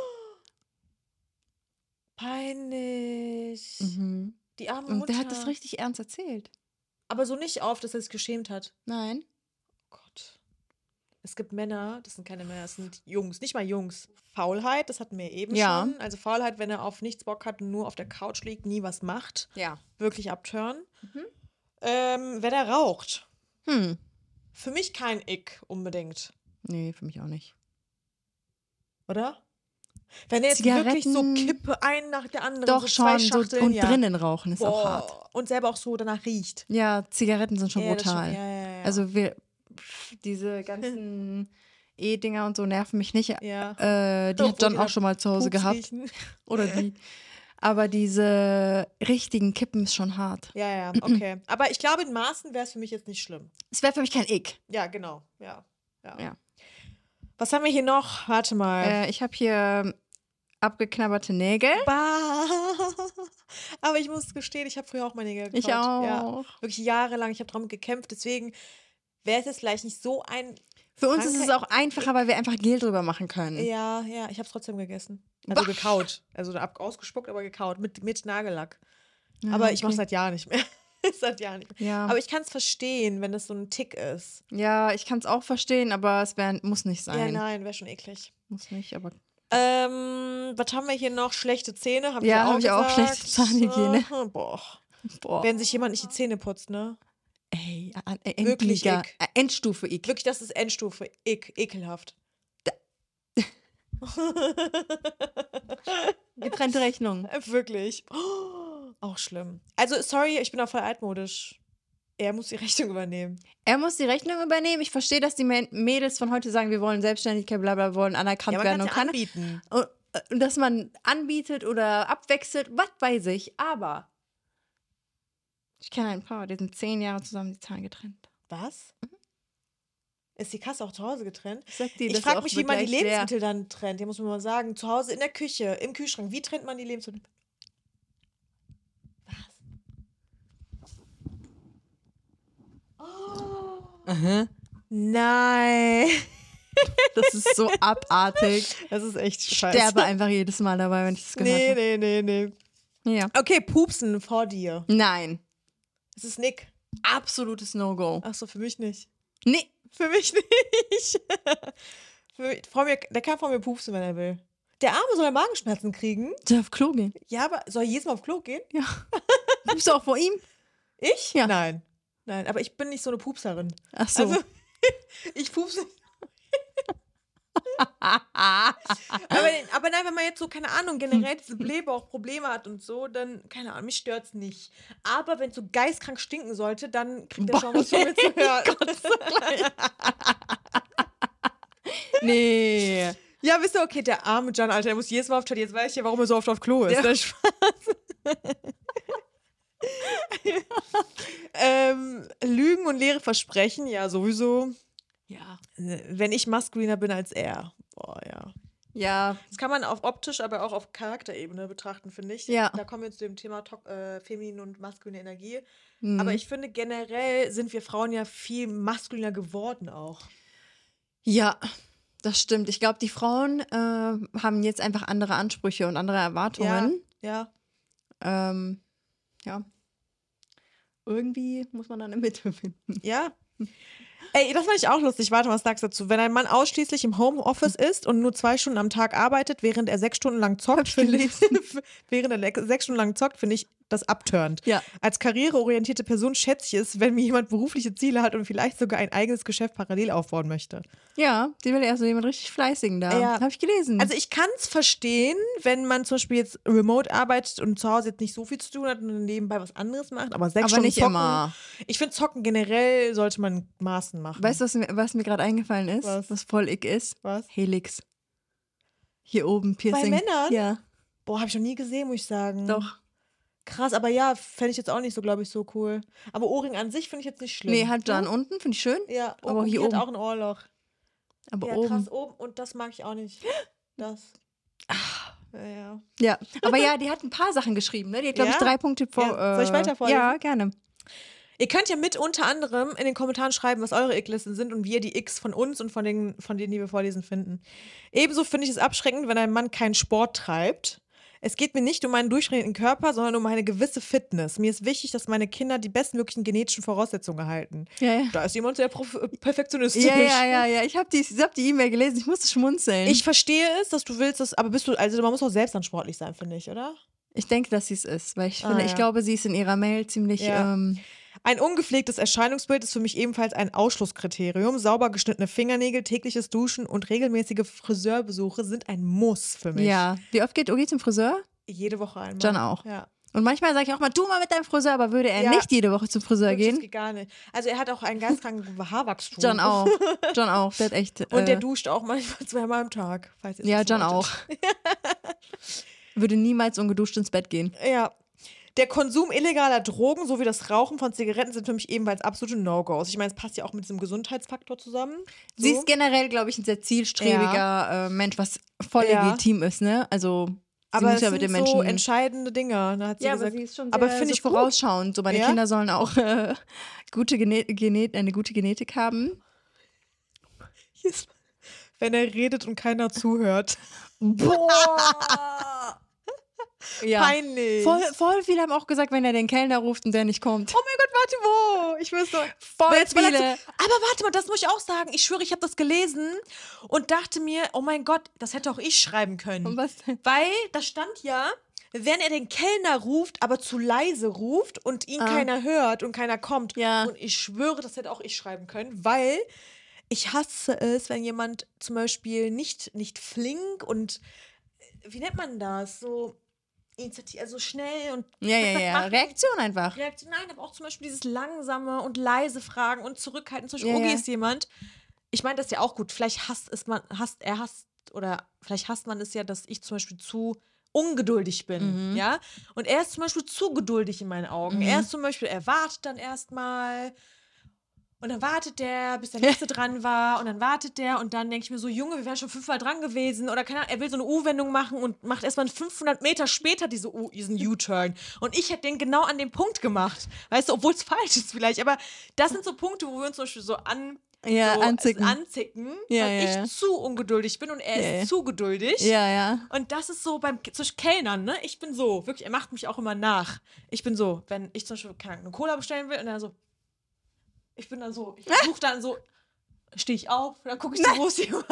Peinlich. Die arme Mutter. Und der hat das richtig ernst erzählt. Aber so nicht auf, dass er sich geschämt hat. Nein. Oh Gott. Es gibt Männer, das sind keine Männer, das sind Jungs, nicht mal Jungs. Faulheit, das hatten wir eben schon. Also Faulheit, wenn er auf nichts Bock hat und nur auf der Couch liegt, nie was macht. Ja. Wirklich abtören. Wenn er raucht. Für mich kein Ick unbedingt. Nee, für mich auch nicht. Oder? Wenn er jetzt wirklich so Kippe ein nach der anderen, doch so schon, 2 Schachteln, und drinnen rauchen ist auch hart. Und selber auch so danach riecht. Ja, Zigaretten sind schon brutal. Ja. Also diese ganzen E-Dinger und so nerven mich nicht. Ja. Die hat John auch schon mal zu Hause gehabt. Riechen. Oder die. Aber diese richtigen Kippen ist schon hart. Ja, okay. Aber ich glaube, in Maßen wäre es für mich jetzt nicht schlimm. Es wäre für mich kein Ick. Ja, genau. Ja. Was haben wir hier noch? Warte mal. Ich habe hier abgeknabberte Nägel. Bah. Aber ich muss gestehen, ich habe früher auch meine Nägel gekaut. Ich auch. Ja, wirklich jahrelang. Ich habe darum gekämpft. Deswegen wäre es jetzt vielleicht nicht so ein... Für uns ist es auch einfacher, weil wir einfach Gel drüber machen können. Ja. Ich habe es trotzdem gegessen. Also gekaut. Also ausgespuckt, aber gekaut. Mit Nagellack. Ja, aber ich mache es seit Jahren nicht mehr. Ja. Aber ich kann es verstehen, wenn das so ein Tick ist. Ja, ich kann es auch verstehen, aber es muss nicht sein. Ja, nein, wäre schon eklig. Muss nicht, aber... Was haben wir hier noch? Schlechte Zähne? Habe ich auch schlechte Zahnhygiene. Boah. Wenn sich jemand nicht die Zähne putzt, ne? Ey, wirklich Ick. Endstufe Ick. Wirklich, das ist Endstufe Ick. Ekelhaft. Getrennte Rechnung. Wirklich. Auch schlimm. Also, sorry, ich bin auch voll altmodisch. Er muss die Rechnung übernehmen. Ich verstehe, dass die Mädels von heute sagen, wir wollen Selbstständigkeit, bla bla, wollen anerkannt werden und kann anbieten. Und dass man anbietet oder abwechselt, was weiß ich. Aber ich kenne ein Paar, die sind 10 Jahre zusammen, die Zahlen getrennt. Was? Ist die Kasse auch zu Hause getrennt? Ich frage mich, wie man die Lebensmittel dann trennt. Hier muss man mal sagen, zu Hause in der Küche, im Kühlschrank. Wie trennt man die Lebensmittel? Aha. Nein. Das ist so abartig. Das ist echt scheiße. Ich sterbe einfach jedes Mal dabei, wenn ich das gehört habe. Nee. Ja. Okay, pupsen vor dir. Nein. Das ist Nick. Absolutes No-Go. Ach so, für mich nicht. Nee. Für mich nicht. Der kann vor mir pupsen, wenn er will. Der Arme soll Magenschmerzen kriegen. Soll auf Klo gehen? Ja, aber soll er jedes Mal auf Klo gehen? Ja. Pupst du auch vor ihm? Ich? Ja. Nein, aber ich bin nicht so eine Pupserin. Ach so. Also, ich pupse. aber nein, wenn man jetzt so, keine Ahnung, generell diese Blähbauchprobleme hat und so, dann, keine Ahnung, mich stört's nicht. Aber wenn es so geistkrank stinken sollte, dann kriegt er schon was von mir zu hören. Nee. Ja, wisst ihr, okay, der arme John, Alter, der muss jedes Mal auf Toilette. Jetzt weiß ich ja, warum er so oft auf Klo ist. Ja. Der Spaß. Lügen und leere Versprechen, ja, sowieso. Ja. Wenn ich maskuliner bin als er. Boah, ja. Ja. Das kann man auf optisch, aber auch auf Charakterebene betrachten, finde ich. Ja. Da kommen wir zu dem Thema feminine und maskuline Energie. Mhm. Aber ich finde, generell sind wir Frauen ja viel maskuliner geworden auch. Ja, das stimmt. Ich glaube, die Frauen haben jetzt einfach andere Ansprüche und andere Erwartungen. Ja. Ja. Irgendwie muss man dann eine Mitte finden. Ja. Ey, das fand ich auch lustig. Warte, was sagst du dazu? Wenn ein Mann ausschließlich im Homeoffice ist und nur 2 Stunden am Tag arbeitet, während er 6 Stunden lang zockt, finde ich das abturnt. Ja. Als karriereorientierte Person schätze ich es, wenn mir jemand berufliche Ziele hat und vielleicht sogar ein eigenes Geschäft parallel aufbauen möchte. Ja, die will eher so jemand richtig fleißigen da. Ja. Habe ich gelesen. Also ich kann es verstehen, wenn man zum Beispiel jetzt remote arbeitet und zu Hause jetzt nicht so viel zu tun hat und nebenbei was anderes macht, aber 6 Stunden nicht zocken, immer. Ich finde, Zocken generell sollte man Maßen machen. Weißt du, was mir gerade eingefallen ist? Was voll ick ist? Was? Helix. Hier oben, Piercing. Bei Männern? Ja. Boah, habe ich noch nie gesehen, muss ich sagen. Doch. Krass, aber ja, fände ich jetzt auch nicht so, glaube ich, so cool. Aber Ohrring an sich finde ich jetzt nicht schlimm. Nee, halt da unten, finde ich schön. Ja, aber hier oben hat auch ein Ohrloch. Aber ja, oben. Krass, oben. Und das mag ich auch nicht. Das. Ja. Ja, aber ja, die hat ein paar Sachen geschrieben, ne? Die hat, glaube ich, 3 Punkte vor. Ja. Soll ich weiter vorlesen? Ja, gerne. Ihr könnt ja mit unter anderem in den Kommentaren schreiben, was eure Icklisten sind und wie ihr die Icks von uns und von denen, die wir vorlesen, finden. Ebenso finde ich es abschreckend, wenn ein Mann keinen Sport treibt. Es geht mir nicht um meinen durchschnittlichen Körper, sondern um eine gewisse Fitness. Mir ist wichtig, dass meine Kinder die bestmöglichen genetischen Voraussetzungen erhalten. Ja. Da ist jemand sehr perfektionistisch. Ja. Ich hab die E-Mail gelesen, ich musste schmunzeln. Ich verstehe es, dass du willst, aber man muss auch selbst dann sportlich sein, finde ich, oder? Ich denke, dass sie es ist, weil ich glaube, sie ist in ihrer Mail ziemlich. Ein ungepflegtes Erscheinungsbild ist für mich ebenfalls ein Ausschlusskriterium. Sauber geschnittene Fingernägel, tägliches Duschen und regelmäßige Friseurbesuche sind ein Muss für mich. Ja. Wie oft geht Ogi zum Friseur? Jede Woche einmal. John auch. Ja. Und manchmal sage ich auch mal, du mal mit deinem Friseur, aber würde er nicht jede Woche zum Friseur Wirklich, gehen? das geht gar nicht. Also er hat auch einen geistkranken Haarwachstum. John auch. John auch. Der hat echt. Und der duscht auch manchmal 2-mal am Tag. Falls ihr Ja, das John wolltet. auch. Würde niemals ungeduscht ins Bett gehen. Ja. Der Konsum illegaler Drogen sowie das Rauchen von Zigaretten sind für mich ebenfalls absolute No-Gos. Ich meine, es passt ja auch mit diesem Gesundheitsfaktor zusammen. So. Sie ist generell, glaube ich, ein sehr zielstrebiger Mensch, was voll legitim ist, ne? Also, sie aber muss ja es mit sind den Menschen. so entscheidende Dinge, ne, hat sie Ja, gesagt. aber sie ist schon aber sehr finde so ich gut. vorausschauend. So, meine Ja? Kinder sollen auch eine gute Genetik haben. Wenn er redet und keiner zuhört. Boah! Ja. Peinlich. Voll viele haben auch gesagt, wenn er den Kellner ruft und der nicht kommt. Oh mein Gott, warte, wo? Ich will so. Voll Jetzt mal viele. aber warte mal, das muss ich auch sagen. Ich schwöre, ich habe das gelesen und dachte mir, oh mein Gott, das hätte auch ich schreiben können. Und was denn? Weil da stand ja, wenn er den Kellner ruft, aber zu leise ruft und ihn keiner hört und keiner kommt. Ja. Und ich schwöre, das hätte auch ich schreiben können, weil ich hasse es, wenn jemand zum Beispiel nicht flink und, wie nennt man das, so Initiative, also schnell und Ja. Reaktion einfach. Reaktion, nein, aber auch zum Beispiel dieses langsame und leise Fragen und zurückhalten. Zum Beispiel, Ja, Ogi ja. ist jemand, ich meine, das ist ja auch gut, vielleicht hasst man es ja, dass ich zum Beispiel zu ungeduldig bin, ja, und er ist zum Beispiel zu geduldig in meinen Augen. Er ist zum Beispiel, er wartet dann erstmal und dann wartet der, bis der nächste dran war und dann wartet der und dann denke ich mir so, Junge, wir wären schon 5-mal dran gewesen oder keine Ahnung, er will so eine U-Wendung machen und macht erstmal 500 Meter später diesen U-Turn und ich hätte den genau an dem Punkt gemacht, weißt du, obwohl es falsch ist vielleicht, aber das sind so Punkte, wo wir uns zum Beispiel so anzicken, weil ich zu ungeduldig bin und er ist zu geduldig. Ja. Und das ist so zwischen Kellnern, ne? Ich bin so, wirklich, er macht mich auch immer nach. Ich bin so, wenn ich zum Beispiel keine Ahnung, eine Cola bestellen will und dann so, ich bin dann so, ich suche dann so, stehe ich auf, dann gucke ich so, wo ist jemand?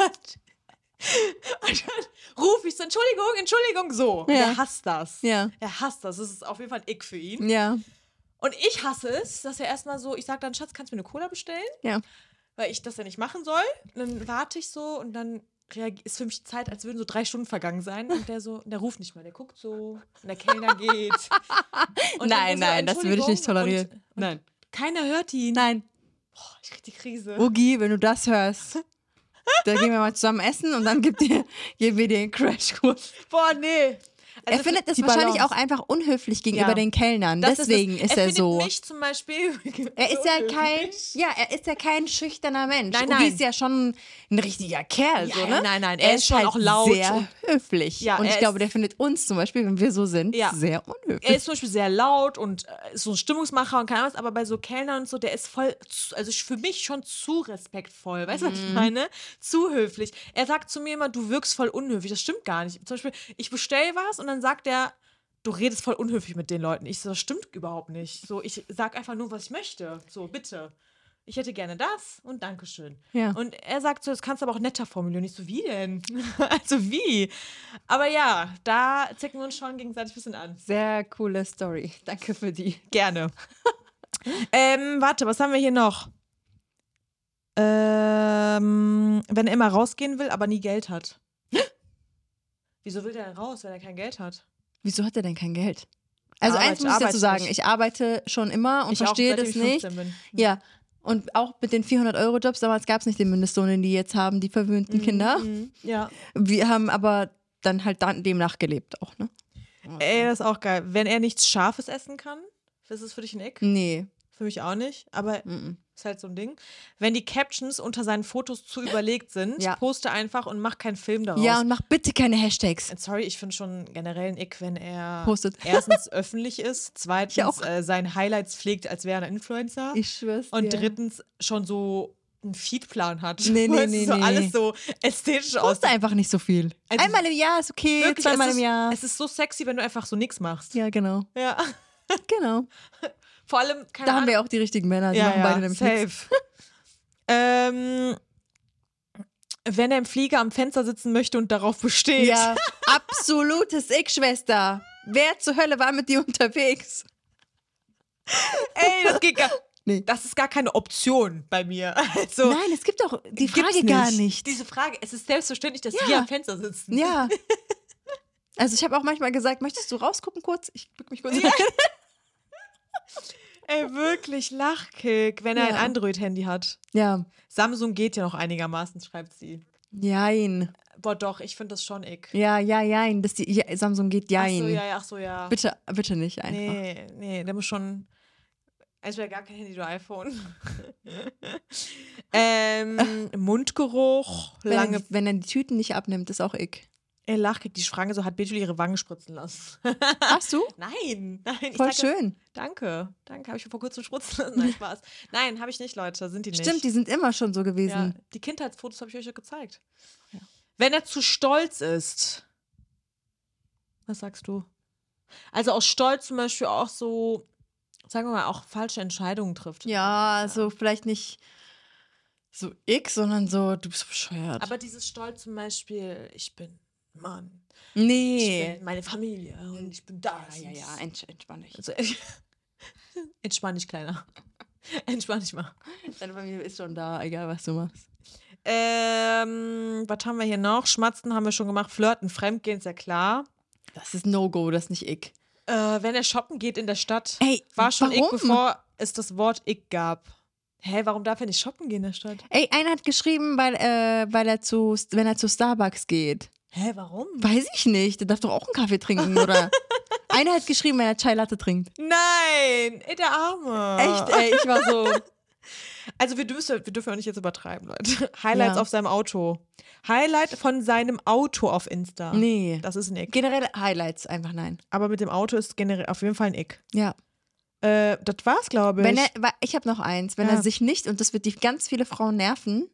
Und dann rufe ich so, Entschuldigung, so. Und er hasst das. Ja. Er hasst das. Das ist auf jeden Fall ein Ick für ihn. Ja. Und ich hasse es, dass er erstmal so, ich sage dann, Schatz, kannst du mir eine Cola bestellen? Ja. Weil ich das ja nicht machen soll. Und dann warte ich so und dann ist für mich Zeit, als würden so 3 Stunden vergangen sein. Und der ruft nicht mal, der guckt so und der Kellner geht. Und Nein, das würde ich nicht tolerieren. Nein. Keiner hört ihn. Nein. Boah, ich krieg die Krise. Ogi, wenn du das hörst, da gehen wir mal zusammen essen und dann geben wir dir einen Crashkurs. Boah, nee. Also er findet das wahrscheinlich auch einfach unhöflich gegenüber den Kellnern. Deswegen ist er so. Er mich zum Beispiel. Er ist ja kein schüchterner Mensch. Nein. Ogi ist ja schon ein richtiger Kerl, so, ne? Nein. Er ist schon halt auch laut. Sehr und höflich. Ja, und ich glaube, der findet uns zum Beispiel, wenn wir so sind, sehr unhöflich. Er ist zum Beispiel sehr laut und ist so ein Stimmungsmacher und keine Ahnung was, aber bei so Kellnern und so, der ist voll, also für mich schon zu respektvoll. Weißt du, was ich meine? Zu höflich. Er sagt zu mir immer, du wirkst voll unhöflich. Das stimmt gar nicht. Zum Beispiel, ich bestelle was und dann sagt er, du redest voll unhöflich mit den Leuten. Ich so, das stimmt überhaupt nicht. So, ich sag einfach nur, was ich möchte. So, bitte. Ich hätte gerne das und Dankeschön. Ja. Und er sagt so, das kannst du aber auch netter formulieren. Ich so, wie denn? Also wie? Aber ja, da zicken wir uns schon gegenseitig ein bisschen an. Sehr coole Story. Danke für die. Gerne. Warte, was haben wir hier noch? Wenn er immer rausgehen will, aber nie Geld hat. Wieso will der denn raus, wenn er kein Geld hat? Wieso hat er denn kein Geld? Also eins muss ich dazu sagen, ich arbeite schon immer und verstehe das nicht. Ja, und auch mit den 400-Euro-Jobs, damals gab es nicht den Mindestlohn, den die jetzt haben, die verwöhnten Kinder. Ja. Wir haben aber dann halt demnach gelebt auch, ne? Ey, das ist auch geil. Wenn er nichts Scharfes essen kann, ist es für dich ein Ick? Nee. Für mich auch nicht, aber ist halt so ein Ding. Wenn die Captions unter seinen Fotos zu überlegt sind, poste einfach und mach keinen Film daraus. Ja, und mach bitte keine Hashtags. Sorry, ich finde schon generell ein Ick, wenn er postet. Erstens öffentlich ist, zweitens seine Highlights pflegt, als wäre er ein Influencer. Ich schwör's dir. Und drittens schon so einen Feedplan hat. Nee. Alles so ästhetisch aus. Poste einfach nicht so viel. Also einmal im Jahr ist okay, wirklich, zweimal im Jahr. Es ist so sexy, wenn du einfach so nichts machst. Ja, genau. Ja. Genau. Vor allem, da haben wir auch die richtigen Männer, die machen beide nämlich nichts. Wenn er im Flieger am Fenster sitzen möchte und darauf besteht. Ja, absolutes Ick, Schwester. Wer zur Hölle war mit dir unterwegs? Ey, das geht gar Nee. Das ist gar keine Option bei mir. Also, Nein, es gibt auch die gibt's Frage gar nicht. Diese Frage, es ist selbstverständlich, dass Ja. wir am Fenster sitzen. Ja. Also ich habe auch manchmal gesagt, möchtest du rausgucken kurz? Ich bück mich kurz. Ja. Ey, wirklich Lachkick, wenn er ein Ja. Android-Handy hat. Ja. Samsung geht ja noch einigermaßen, schreibt sie. Jein. Boah, doch, ich finde das schon ick. Ja, jein. Samsung geht jein. Ach so, ja. Bitte nicht einfach. Nee, der muss schon. Entweder gar kein Handy oder iPhone. Mundgeruch, lange. Wenn er die Tüten nicht abnimmt, ist auch ick. Ey, Lachkick, die Frage so, hat Betül ihre Wangen spritzen lassen? Hast du? Nein. Ich Voll sage, schön. Danke, habe ich vor kurzem spritzen lassen. Nein, Spaß. Nein, habe ich nicht, Leute, sind die nicht. Stimmt, die sind immer schon so Ja, gewesen. die Kindheitsfotos habe ich euch ja gezeigt. Ja. Wenn er zu stolz ist. Was sagst du? Also aus Stolz zum Beispiel auch so, sagen wir mal, auch falsche Entscheidungen trifft. Ja, so vielleicht nicht so ick, sondern so, du bist bescheuert. Aber dieses Stolz zum Beispiel, ich bin Mann, nee. ich bin meine Familie und ich bin das. Ja, entspann dich. Also, entspann dich, Kleiner. Entspann dich mal. Deine Familie ist schon da, egal was du machst. Was haben wir hier noch? Schmatzen haben wir schon gemacht. Flirten, Fremdgehen ist ja klar. Das ist No-Go, das ist nicht ick. Wenn er shoppen geht in der Stadt, Ey, war schon warum? ick, bevor es das Wort ick gab. Hä, warum darf er nicht shoppen gehen in der Stadt? Ey, einer hat geschrieben, wenn er zu Starbucks geht. Hä, warum? Weiß ich nicht, der darf doch auch einen Kaffee trinken, oder? Einer hat geschrieben, wenn er Chai Latte trinkt. Nein, ey, der Arme. Echt, ey, ich war so... Also wir dürfen auch nicht jetzt übertreiben, Leute. Highlights Ja. auf seinem Auto. Highlight von seinem Auto auf Insta. Nee. Das ist ein Ick. Generell Highlights, einfach nein. Aber mit dem Auto ist generell auf jeden Fall ein Ick. Ja. Das war's, glaube ich. Ich habe noch eins. Wenn Ja. er sich nicht, und das wird die ganz viele Frauen nerven,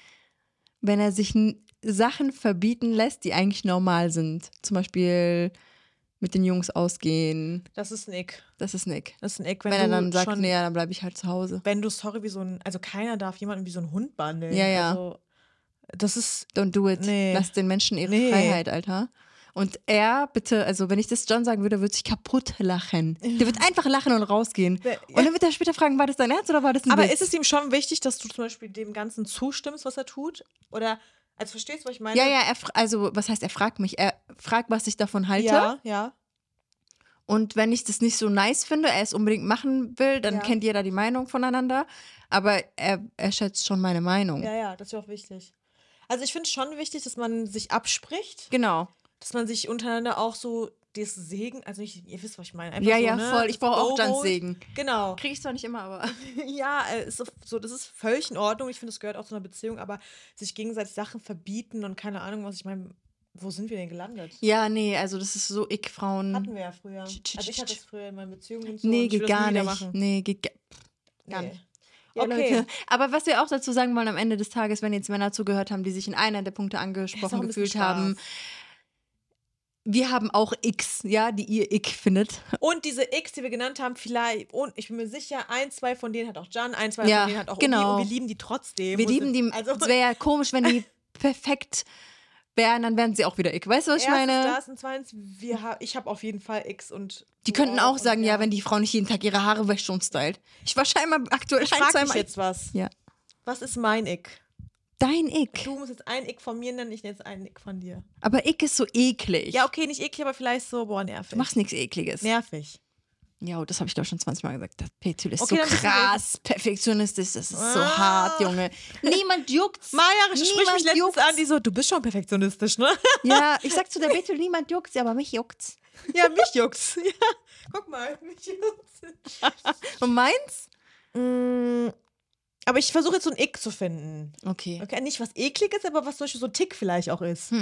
wenn er sich Sachen verbieten lässt, die eigentlich normal sind. Zum Beispiel mit den Jungs ausgehen. Das ist ein Ick. Das ist Nick. Das ist ein Ick, Wenn er dann sagt, schon, nee, dann bleibe ich halt zu Hause. wenn du, sorry, also keiner darf jemanden wie so ein Hund behandeln. Ja, ja. Also, das ist, Don't do it. Nee. Lass den Menschen ihre Nee. Freiheit, Alter. Und er, bitte, also wenn ich das John sagen würde, würde sich kaputt lachen. Der wird einfach lachen und rausgehen. Und dann wird er später fragen, war das dein Ernst oder war das ein aber Witz? ist es ihm schon wichtig, dass du zum Beispiel dem Ganzen zustimmst, was er tut? Oder, also verstehst du, was ich meine? Ja, also was heißt, er fragt mich? Er fragt, was ich davon halte. Ja. Und wenn ich das nicht so nice finde, er es unbedingt machen will, dann Ja. kennt jeder die Meinung voneinander. Aber er schätzt schon meine Meinung. Ja, das ist ja auch wichtig. Also ich finde es schon wichtig, dass man sich abspricht, Genau. dass man sich untereinander auch so das Segen, also nicht, ihr wisst, was ich meine. Einfach Ja, so, ja, ne? voll. Ich brauche auch Go-Go. Jans Segen. Genau. Kriege ich zwar nicht immer, aber. Ja, ist so, das ist völlig in Ordnung. Ich finde, das gehört auch zu einer Beziehung, aber sich gegenseitig Sachen verbieten und keine Ahnung, was ich meine, wo sind wir denn gelandet? Ja, nee, also das ist so Frauen. Hatten wir ja früher. Also ich hatte das früher in meinen Beziehungen und so. Nee, und ich will geht das nie gar wieder nicht. machen. Nee, geht gar Nee. nicht. Ja, Okay. okay. Leute. Aber was wir auch dazu sagen wollen am Ende des Tages, wenn jetzt Männer zugehört haben, die sich in einer der Punkte Ist auch angesprochen ein bisschen gefühlt haben, Spaß. wir haben auch X, ja, die ihr Ick findet. Und diese X, die wir genannt haben, vielleicht, und ich bin mir sicher, 1, 2 von denen hat auch Jan, 1, 2 Ja, von denen hat auch genau. Obi, und wir lieben die trotzdem. Wir lieben die. Also, Es wäre ja komisch, wenn die perfekt wären, dann wären sie auch wieder Ick. Weißt du, was ich erstens meine? das und zweitens, ich habe auf jeden Fall X und Die du könnten auch und sagen, ja, wenn die Frau nicht jeden Tag ihre Haare wäscht und stylt. Ich war scheinbar aktuell Ich frage dich zweimal. jetzt was. Ja. Was ist mein Ick? Dein Ick. Du musst jetzt ein Ick von mir nennen, ich nenne jetzt einen Ick von dir. Aber Ick ist so eklig. Ja, okay, nicht eklig, aber vielleicht so, boah, nervig. Du machst nichts Ekliges. Nervig. Ja, das habe ich glaube schon 20 Mal gesagt. Das Petül ist Okay, so dann bist du krass perfektionistisch. Das ist so Ah. hart, Junge. Niemand juckt's. Maja, sprich mich Niemand letztens juckt's. an, die so, du bist schon perfektionistisch, ne? Ja, ich sag zu der Petül, niemand juckt's, aber mich juckt's. Ja, mich juckt's. Ja, guck mal, mich juckt's. Und meins? Aber ich versuche jetzt so ein Ick zu finden. Okay. Okay, nicht was eklig ist, aber was zum Beispiel so ein Tick vielleicht auch ist.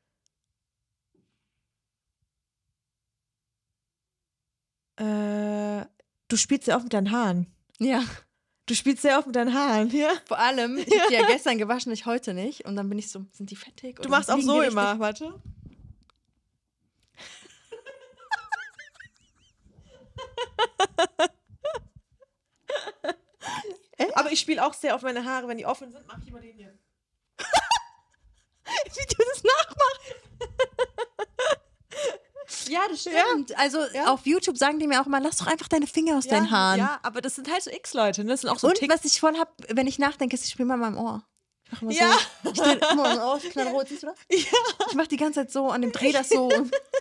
Du spielst sehr oft mit deinen Haaren. Ja. Du spielst sehr oft mit deinen Haaren, ja? Vor allem, ich habe die ja gestern gewaschen, ich heute nicht. Und dann bin ich so, sind die fettig? Du machst auch liegen so die richtig? immer, warte. Aber ich spiele auch sehr auf meine Haare, wenn die offen sind, mach ich immer den hier. Wie du das nachmachst. Ja, das stimmt. Also auf YouTube sagen die mir auch immer, lass doch einfach deine Finger aus deinen Haaren. Ja, aber das sind halt so X-Leute, ne? Das sind auch so und was ich voll hab, wenn ich nachdenke, ist, ich spiele mal in meinem Ohr. Ich mach mal so. Ich drehe immer mein Ohr, knallrot, siehst du das? Ja. Ich mach die ganze Zeit so an dem Dreh das so.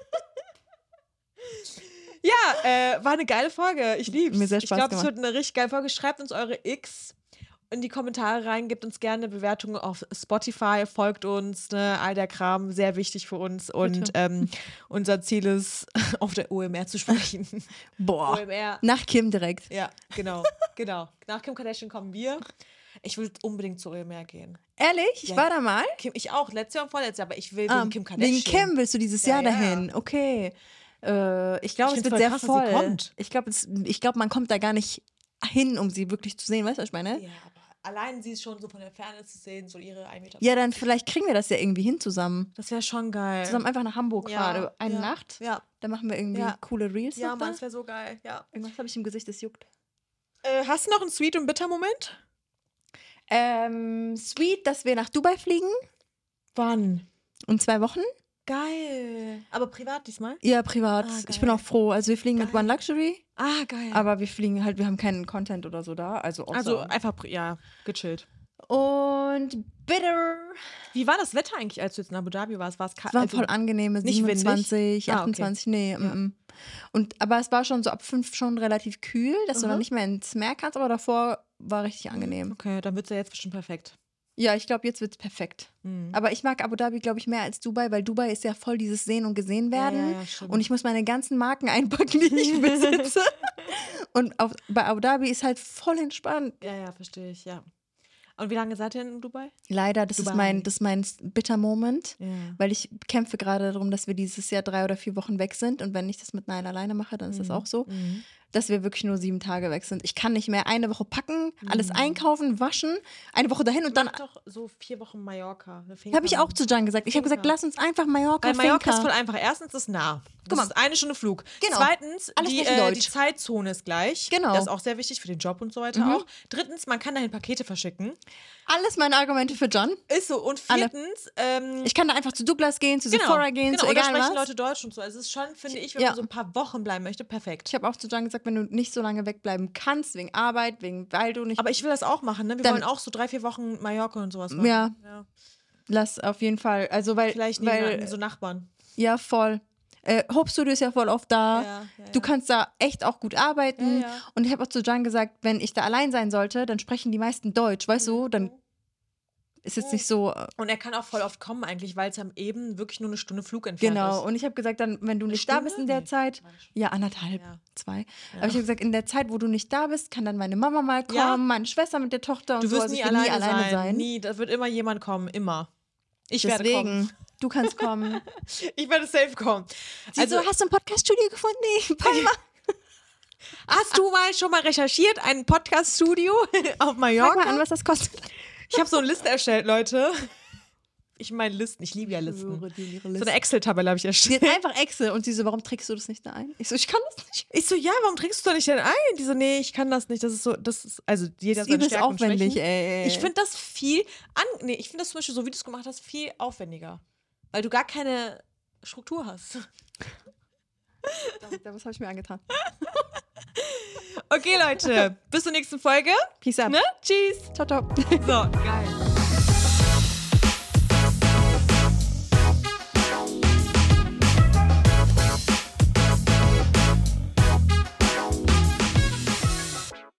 Ja, war eine geile Folge. Ich lieb's. Mir sehr Spaß gemacht. gemacht. Es wird eine richtig geile Folge. Schreibt uns eure X in die Kommentare rein, gebt uns gerne Bewertungen auf Spotify, folgt uns, ne? All der Kram, sehr wichtig für uns. Und unser Ziel ist, auf der OMR zu sprechen. Boah. OMR. Nach Kim direkt. Ja, genau. Nach Kim Kardashian kommen wir. Ich will unbedingt zur OMR gehen. Ehrlich? Ich war da mal? Kim, ich auch, letztes Jahr und vorletztes Jahr, aber ich will wegen Kim Kardashian. Wegen Kim willst du dieses Jahr dahin? Okay. Ich glaube, es wird sehr krass, voll. Ich glaube, man kommt da gar nicht hin, um sie wirklich zu sehen. Weißt du, was ich meine? Ja, aber allein sie ist schon so von der Ferne zu sehen, so ihre 1 Meter. Ja, dann vielleicht kriegen wir das ja irgendwie hin zusammen. Das wäre schon geil. Zusammen einfach nach Hamburg fahren. Eine Nacht. Ja. Dann machen wir irgendwie coole Reels. Ja, Mann, das wäre so geil. Ja. Irgendwas habe ich im Gesicht, das juckt. Hast du noch einen Sweet- und Bitter-Moment? Sweet, dass wir nach Dubai fliegen. Wann? In 2 Wochen. Geil. Aber privat diesmal? Ja, privat. Ich bin auch froh. Also wir fliegen mit One Luxury. Ah, geil. Aber wir fliegen halt, wir haben keinen Content oder so da. Also einfach, gechillt. Und bitter. Wie war das Wetter eigentlich, als du jetzt in Abu Dhabi warst? War es kalt? Es war voll angenehm. Nicht 27, 28, okay. Nee. Aber es war schon so ab 5 schon relativ kühl, dass du dann nicht mehr ins Meer kannst. Aber davor war richtig angenehm. Okay, dann wird es ja jetzt bestimmt perfekt. Ja, ich glaube, jetzt wird es perfekt. Aber ich mag Abu Dhabi, glaube ich, mehr als Dubai, weil Dubai ist ja voll dieses Sehen und Gesehen werden. Ja, und ich muss meine ganzen Marken einpacken, die ich besitze. Und bei Abu Dhabi ist halt voll entspannt. Ja, verstehe ich, ja. Und wie lange seid ihr in Dubai? Leider, das ist mein bitter Moment, weil ich kämpfe gerade darum, dass wir dieses Jahr 3 oder 4 Wochen weg sind. Und wenn ich das mit Nile alleine mache, dann ist das auch so. Dass wir wirklich nur 7 Tage weg sind. Ich kann nicht mehr eine Woche packen, alles einkaufen, waschen, eine Woche dahin und dann. Mach doch so 4 Wochen Mallorca. Habe ich auch zu Jan gesagt. Ich habe gesagt, lass uns einfach Mallorca. Weil Mallorca ist voll einfach. Erstens ist es nah. Das ist 1 Stunde Flug. Genau. Zweitens, die Zeitzone ist gleich. Genau. Das ist auch sehr wichtig für den Job und so weiter auch. Drittens, man kann dahin Pakete verschicken. Alles meine Argumente für Jan. Ist so. Und viertens, ich kann da einfach zu Douglas gehen, zu Sephora gehen, zu egal was. Da sprechen Leute Deutsch und so. Also es ist schon, finde ich, wenn man so ein paar Wochen bleiben möchte, perfekt. Ich habe auch zu Jan gesagt, wenn du nicht so lange wegbleiben kannst, wegen Arbeit, weil du nicht... Aber ich will das auch machen, ne? Wir wollen auch so 3, 4 Wochen Mallorca und sowas machen. Ja. Lass auf jeden Fall. Also Vielleicht so Nachbarn. Ja, voll. Hope Studio ist ja voll oft da. Ja. Du kannst da echt auch gut arbeiten. Ja. Und ich habe auch zu Jan gesagt, wenn ich da allein sein sollte, dann sprechen die meisten Deutsch, weißt du? Dann ist jetzt nicht so. Und er kann auch voll oft kommen eigentlich, weil es am eben wirklich nur 1 Stunde Flug entfernt ist. Genau. Und ich habe gesagt, dann, wenn du nicht da bist in der Zeit, 1,5, 2. Ja. Aber ich habe gesagt, in der Zeit, wo du nicht da bist, kann dann meine Mama mal kommen, meine Schwester mit der Tochter und so. Du wirst nie alleine sein. Nie, da wird immer jemand kommen, immer. Ich werde kommen. Du kannst kommen. Ich werde safe kommen. Also hast du ein Podcast-Studio gefunden? Nee, Palma. Hast du schon mal recherchiert, ein Podcast-Studio auf Mallorca? Sag mal an, was das kostet. Ich habe so eine Liste erstellt, Leute. Ich meine Listen, ich liebe ja Listen. So eine Excel-Tabelle habe ich erstellt. Die hat einfach Excel und sie so, warum trägst du das nicht da ein? Ich so, ich kann das nicht. Ich so, ja, warum trägst du das nicht denn ein? Die so, nee, ich kann das nicht. Das ist so, also jeder seine Stärken und Schwächen. Aufwendig, ey. Ich finde das ich finde das zum Beispiel, so wie du es gemacht hast, viel aufwendiger. Weil du gar keine Struktur hast. Was habe ich mir angetan? Okay, Leute, bis zur nächsten Folge. Peace up. Ne? Tschüss. Ciao, ciao. So, geil.